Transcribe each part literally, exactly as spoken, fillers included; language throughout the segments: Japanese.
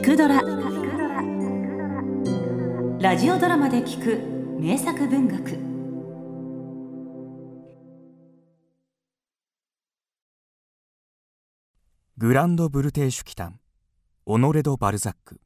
くドラ、ラジオドラマで聞く名作文学。 グランドブルテーシュ奇譚、オノレ・ド・バルザック。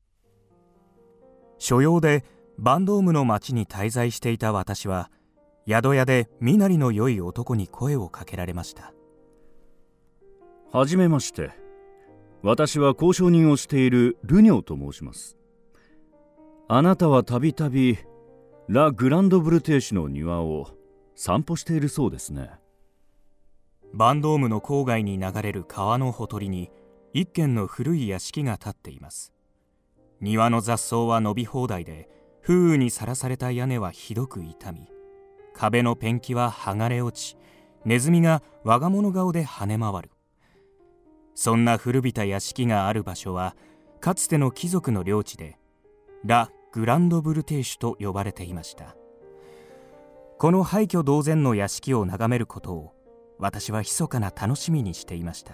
所用でバンドームの町に滞在していた私は、宿屋で身なりの良い男に声をかけられました。 はじめまして。私は交渉人をしているルニョーと申します。あなたはたびたびラ・グランドブルテーシュの庭を散歩しているそうですね。 バンドームの郊外に流れる川のほとりに一軒の古い屋敷が建っています。庭の雑草は伸び放題で、風雨にさらされた屋根はひどく傷み、壁のペンキは剥がれ落ち、ネズミが我が物顔で跳ね回る。そんな古びた屋敷がある場所は、かつての貴族の領地でラ・グランドブルテーシュと呼ばれていました。この廃墟同然の屋敷を眺めることを私は密かな楽しみにしていました。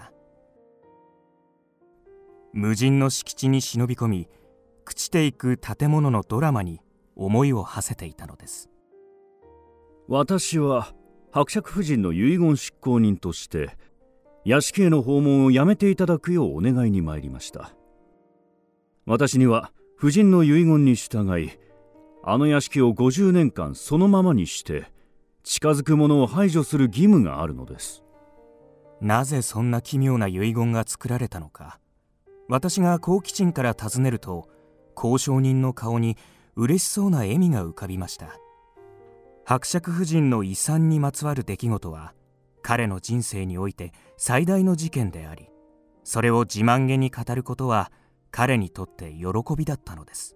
無人の敷地に忍び込み、朽ちていく建物のドラマに思いを馳せていたのです。 私は伯爵夫人の遺言執行人として屋敷への訪問をやめていただくようお願いに参りました。私には夫人の遺言に従い、あの屋敷をごじゅうねんかんそのままにして近づく者を排除する義務があるのです。 なぜそんな奇妙な遺言が作られたのか、私が好奇心から尋ねると、交渉人の顔に嬉しそうな笑みが浮かびました。伯爵夫人の遺産にまつわる出来事は彼の人生において最大の事件であり、それを自慢げに語ることは彼にとって喜びだったのです。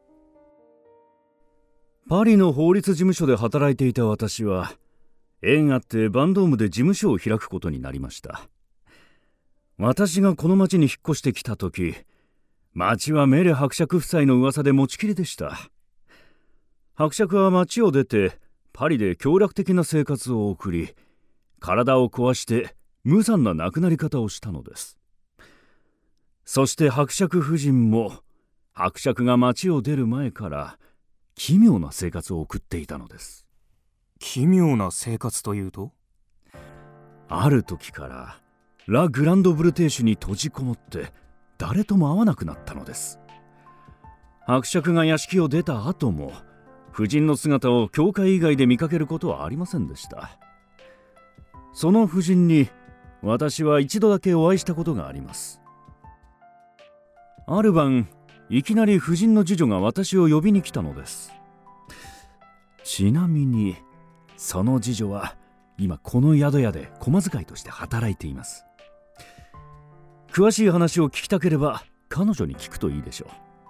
パリの法律事務所で働いていた私は、縁あってバンドームで事務所を開くことになりました。私がこの町に引っ越してきた時、町はメレ伯爵夫妻の噂で持ちきりでした。伯爵は町を出てパリで享楽的な生活を送り、体を壊して無残な亡くなり方をしたのです。そして伯爵夫人も伯爵が町を出る前から奇妙な生活を送っていたのです。 奇妙な生活というと？ ある時からラ・グランドブルテーシュに閉じこもって誰とも会わなくなったのです。伯爵が屋敷を出た後も夫人の姿を教会以外で見かけることはありませんでした。その夫人に私は一度だけお会いしたことがあります。ある晩、いきなり夫人の次女が私を呼びに来たのです。ちなみにその次女は今この宿屋で駒使いとして働いています。詳しい話を聞きたければ彼女に聞くといいでしょ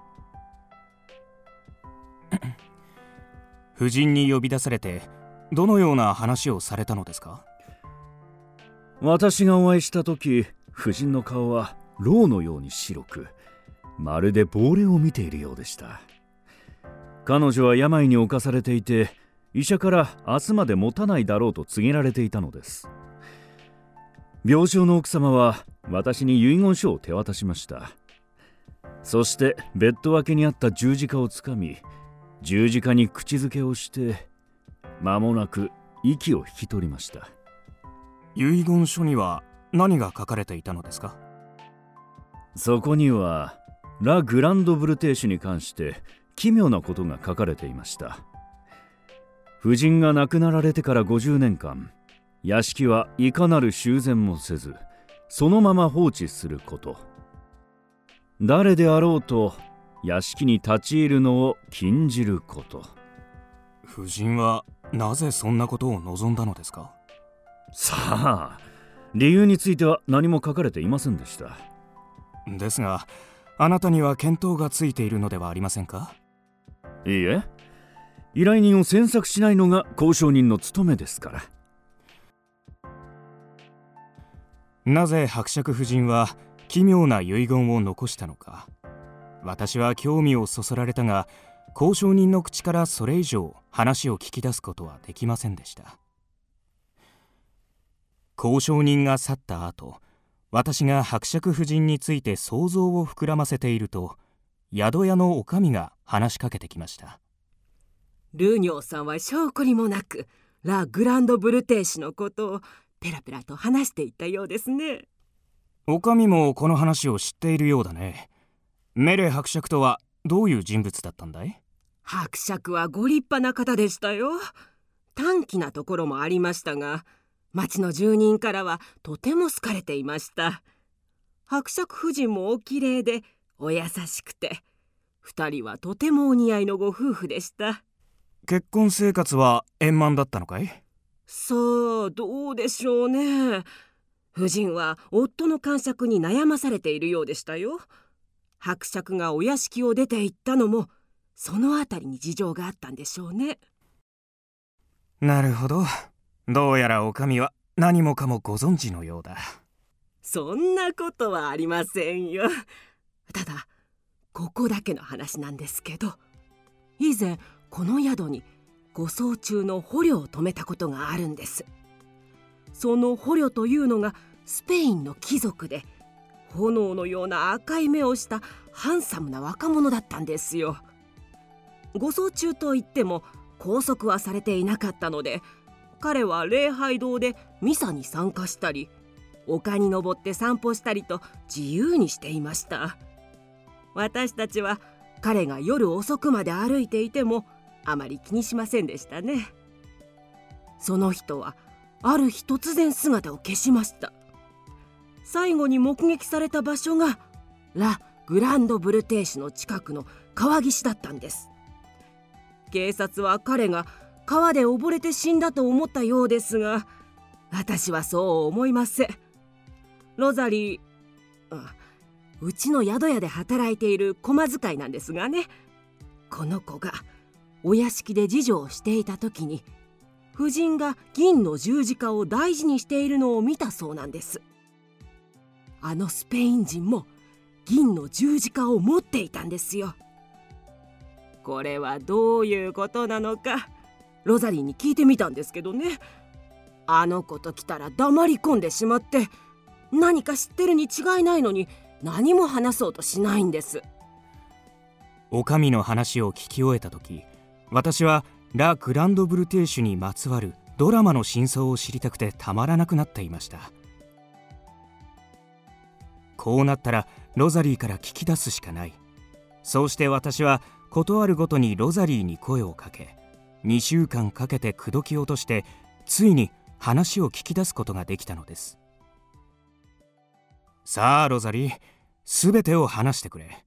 う。夫人に呼び出されてどのような話をされたのですか？ 私がお会いした時、夫人の顔はろうのように白く、まるで亡霊を見ているようでした。彼女は病に侵されていて、医者から明日まで持たないだろうと告げられていたのです。病床の奥様は私に遺言書を手渡しました。そしてベッド脇にあった十字架をつかみ、十字架に口づけをして間もなく息を引き取りました。 遺言書には何が書かれていたのですか？ そこにはラ・グランドブルテーシュに関して奇妙なことが書かれていました。夫人が亡くなられてからごじゅうねんかん、屋敷はいかなる修繕もせずそのまま放置すること。誰であろうと屋敷に立ち入るのを禁じること。 夫人はなぜそんなことを望んだのですか？ さあ、理由については何も書かれていませんでした。 ですが、あなたには見当がついているのではありませんか？ いいえ、依頼人を詮索しないのが交渉人の務めですから。 なぜ伯爵夫人は奇妙な遺言を残したのか、私は興味をそそられたが、交渉人の口からそれ以上話を聞き出すことはできませんでした。交渉人が去った後、 私が伯爵夫人について想像を膨らませていると、宿屋の女将が話しかけてきました。 ルーニョーさんは証拠りもなくラ・グランドブルテーシュのことをペラペラと話していたようですね。 女将もこの話を知っているようだね。メレ伯爵とはどういう人物だったんだい？ 伯爵はご立派な方でしたよ。短気なところもありましたが、町の住人からはとても好かれていました。伯爵夫人もおきれいでお優しくて、二人はとてもお似合いのご夫婦でした。 結婚生活は円満だったのかい？ さあ、どうでしょうね。夫人は夫の癇癪に悩まされているようでしたよ。伯爵がお屋敷を出て行ったのもそのあたりに事情があったんでしょうね。 なるほど。どうやら女将は何もかもご存知のようだ。 そんなことはありませんよ。ただここだけの話なんですけど、以前この宿に護送中の捕虜を泊めたことがあるんです。その捕虜というのがスペインの貴族で、炎のような赤い目をしたハンサムな若者だったんですよ。護送中といっても拘束はされていなかったので、彼は礼拝堂でミサに参加したり、丘に登って散歩したりと自由にしていました。私たちは彼が夜遅くまで歩いていてもあまり気にしませんでしたね。その人はある日突然姿を消しました。最後に目撃された場所がラ・グランドブルテーシュの近くの川岸だったんです。警察は彼が川で溺れて死んだと思ったようですが、私はそう思いません。ロザリー、あ、うちの宿屋で働いている駒使いなんですがね、この子がお屋敷で次女をしていた時に夫人が銀の十字架を大事にしているのを見たそうなんです。あのスペイン人も銀の十字架を持っていたんですよ。これはどういうことなのかロザリーに聞いてみたんですけどね、あの子と来たら黙り込んでしまって、何か知ってるに違いないのに何も話そうとしないんです。 女将の話を聞き終えた時、私はラ・グランドブルテーシュにまつわるドラマの真相を知りたくてたまらなくなっていました。こうなったらロザリーから聞き出すしかない。そうして私はことあるごとにロザリーに声をかけ、にしゅうかんかけて口説き落としてついに話を聞き出すことができたのです。さあロザリー、すべてを話してくれ。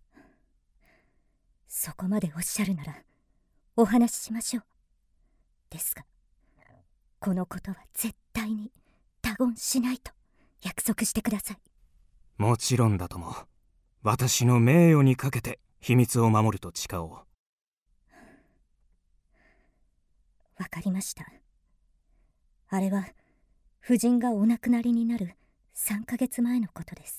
そこまでおっしゃるならお話ししましょう。ですがこのことは絶対に他言しないと約束してください。 もちろんだとも。私の名誉にかけて秘密を守ると誓おう。 わかりました。あれは夫人がお亡くなりになるさんかげつまえのことです。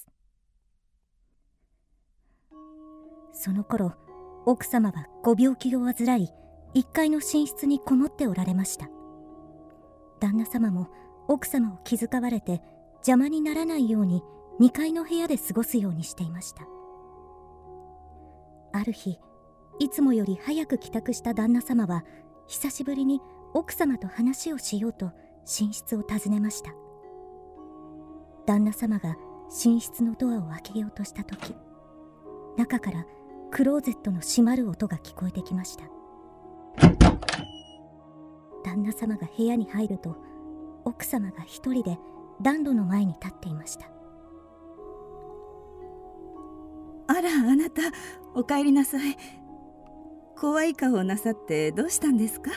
その頃奥様はご病気を患い、いっかいの寝室にこもっておられました。旦那様も奥様を気遣われて邪魔にならないようににかいの部屋で過ごすようにしていました。ある日、いつもより早く帰宅した旦那様は久しぶりに奥様と話をしようと寝室を訪ねました。旦那様が寝室のドアを開けようとした時、中からクローゼットの閉まる音が聞こえてきました。旦那様が部屋に入ると、奥様が一人で暖炉の前に立っていました。 あら、あなたお帰りなさい。怖い顔をなさってどうしたんですか？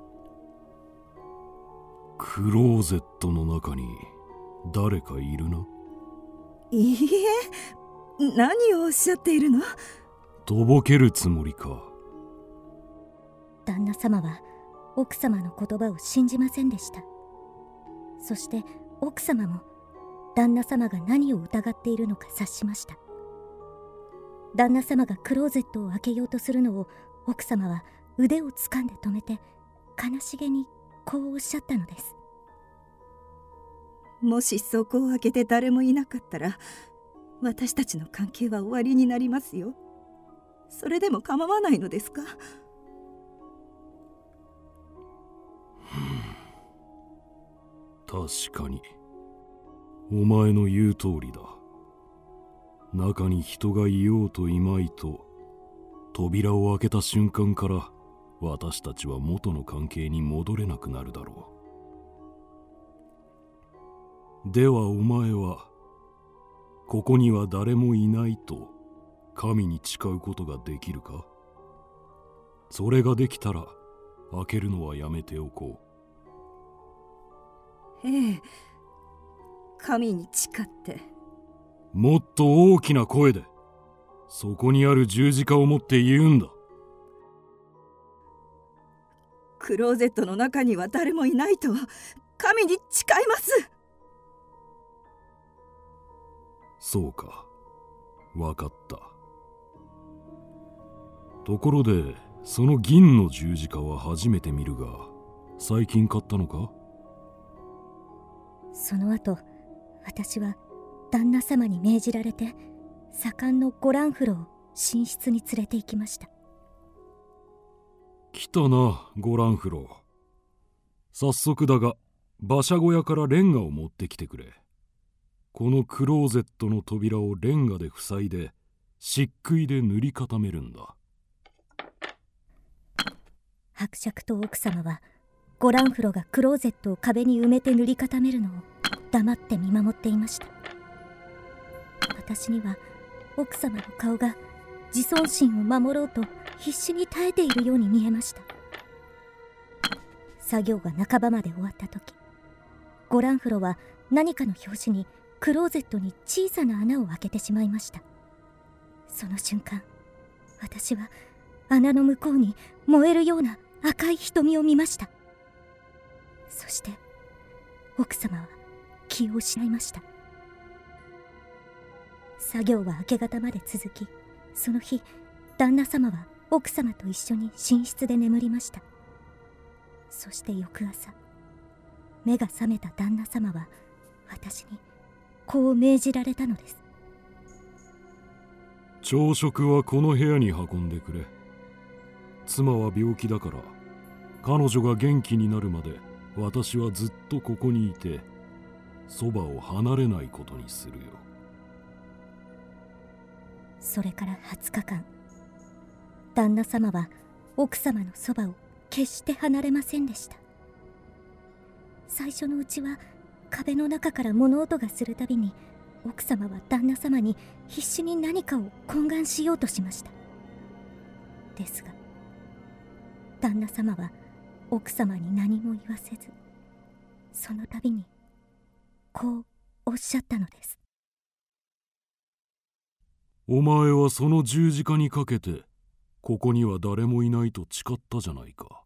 クローゼットの中に誰かいるの？ いいえ、何をおっしゃっているの？ とぼけるつもりか？ 旦那様は奥様の言葉を信じませんでした。そして奥様も旦那様が何を疑っているのか察しました。旦那様がクローゼットを開けようとするのを奥様は腕を掴んで止めて、悲しげにこうおっしゃったのです。 もしそこを開けて誰もいなかったら、私たちの関係は終わりになりますよ。それでも構わないのですか？ 確かにお前の言う通りだ。中に人がいようといまいと、扉を開けた瞬間から私たちは元の関係に戻れなくなるだろう。ではお前はここには誰もいないと神に誓うことができるか？それができたら開けるのはやめておこう。ええ、神に誓って。 もっと大きな声でそこにある十字架を持って言うんだ。 クローゼットの中には誰もいないと神に誓います。 そうか、わかった。ところでその銀の十字架は初めて見るが、最近買ったのか？ その後、私は旦那様に命じられて左官のゴランフロを寝室に連れて行きました。 来たな、ゴランフロ。早速だが馬車小屋からレンガを持ってきてくれ。このクローゼットの扉をレンガで塞いで漆喰で塗り固めるんだ。 伯爵と奥様はゴランフロがクローゼットを壁に埋めて塗り固めるのを黙って見守っていました。私には奥様の顔が自尊心を守ろうと必死に耐えているように見えました。作業が半ばまで終わった時、ゴランフロは何かの拍子にクローゼットに小さな穴を開けてしまいました。その瞬間、私は穴の向こうに燃えるような赤い瞳を見ました。そして奥様は気を失いました。作業は明け方まで続き、その日旦那様は奥様と一緒に寝室で眠りました。そして翌朝、目が覚めた旦那様は私にこう命じられたのです。 朝食はこの部屋に運んでくれ。妻は病気だから、彼女が元気になるまで私はずっとここにいて、そばを離れないことにするよ。 それからはつかかん、旦那様は奥様のそばを決して離れませんでした。最初のうちは壁の中から物音がするたびに奥様は旦那様に必死に何かを懇願しようとしました。ですが旦那様は奥様に何も言わせず、その度にこうおっしゃったのです。 お前はその十字架にかけて、ここには誰もいないと誓ったじゃないか。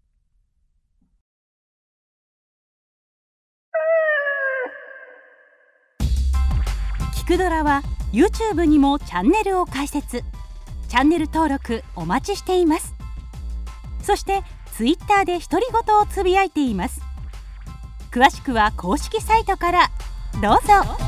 キクドラは YouTube にもチャンネルを開設。チャンネル登録お待ちしています。そして Twitter で独り言をつぶやいています。詳しくは公式サイトからどうぞ。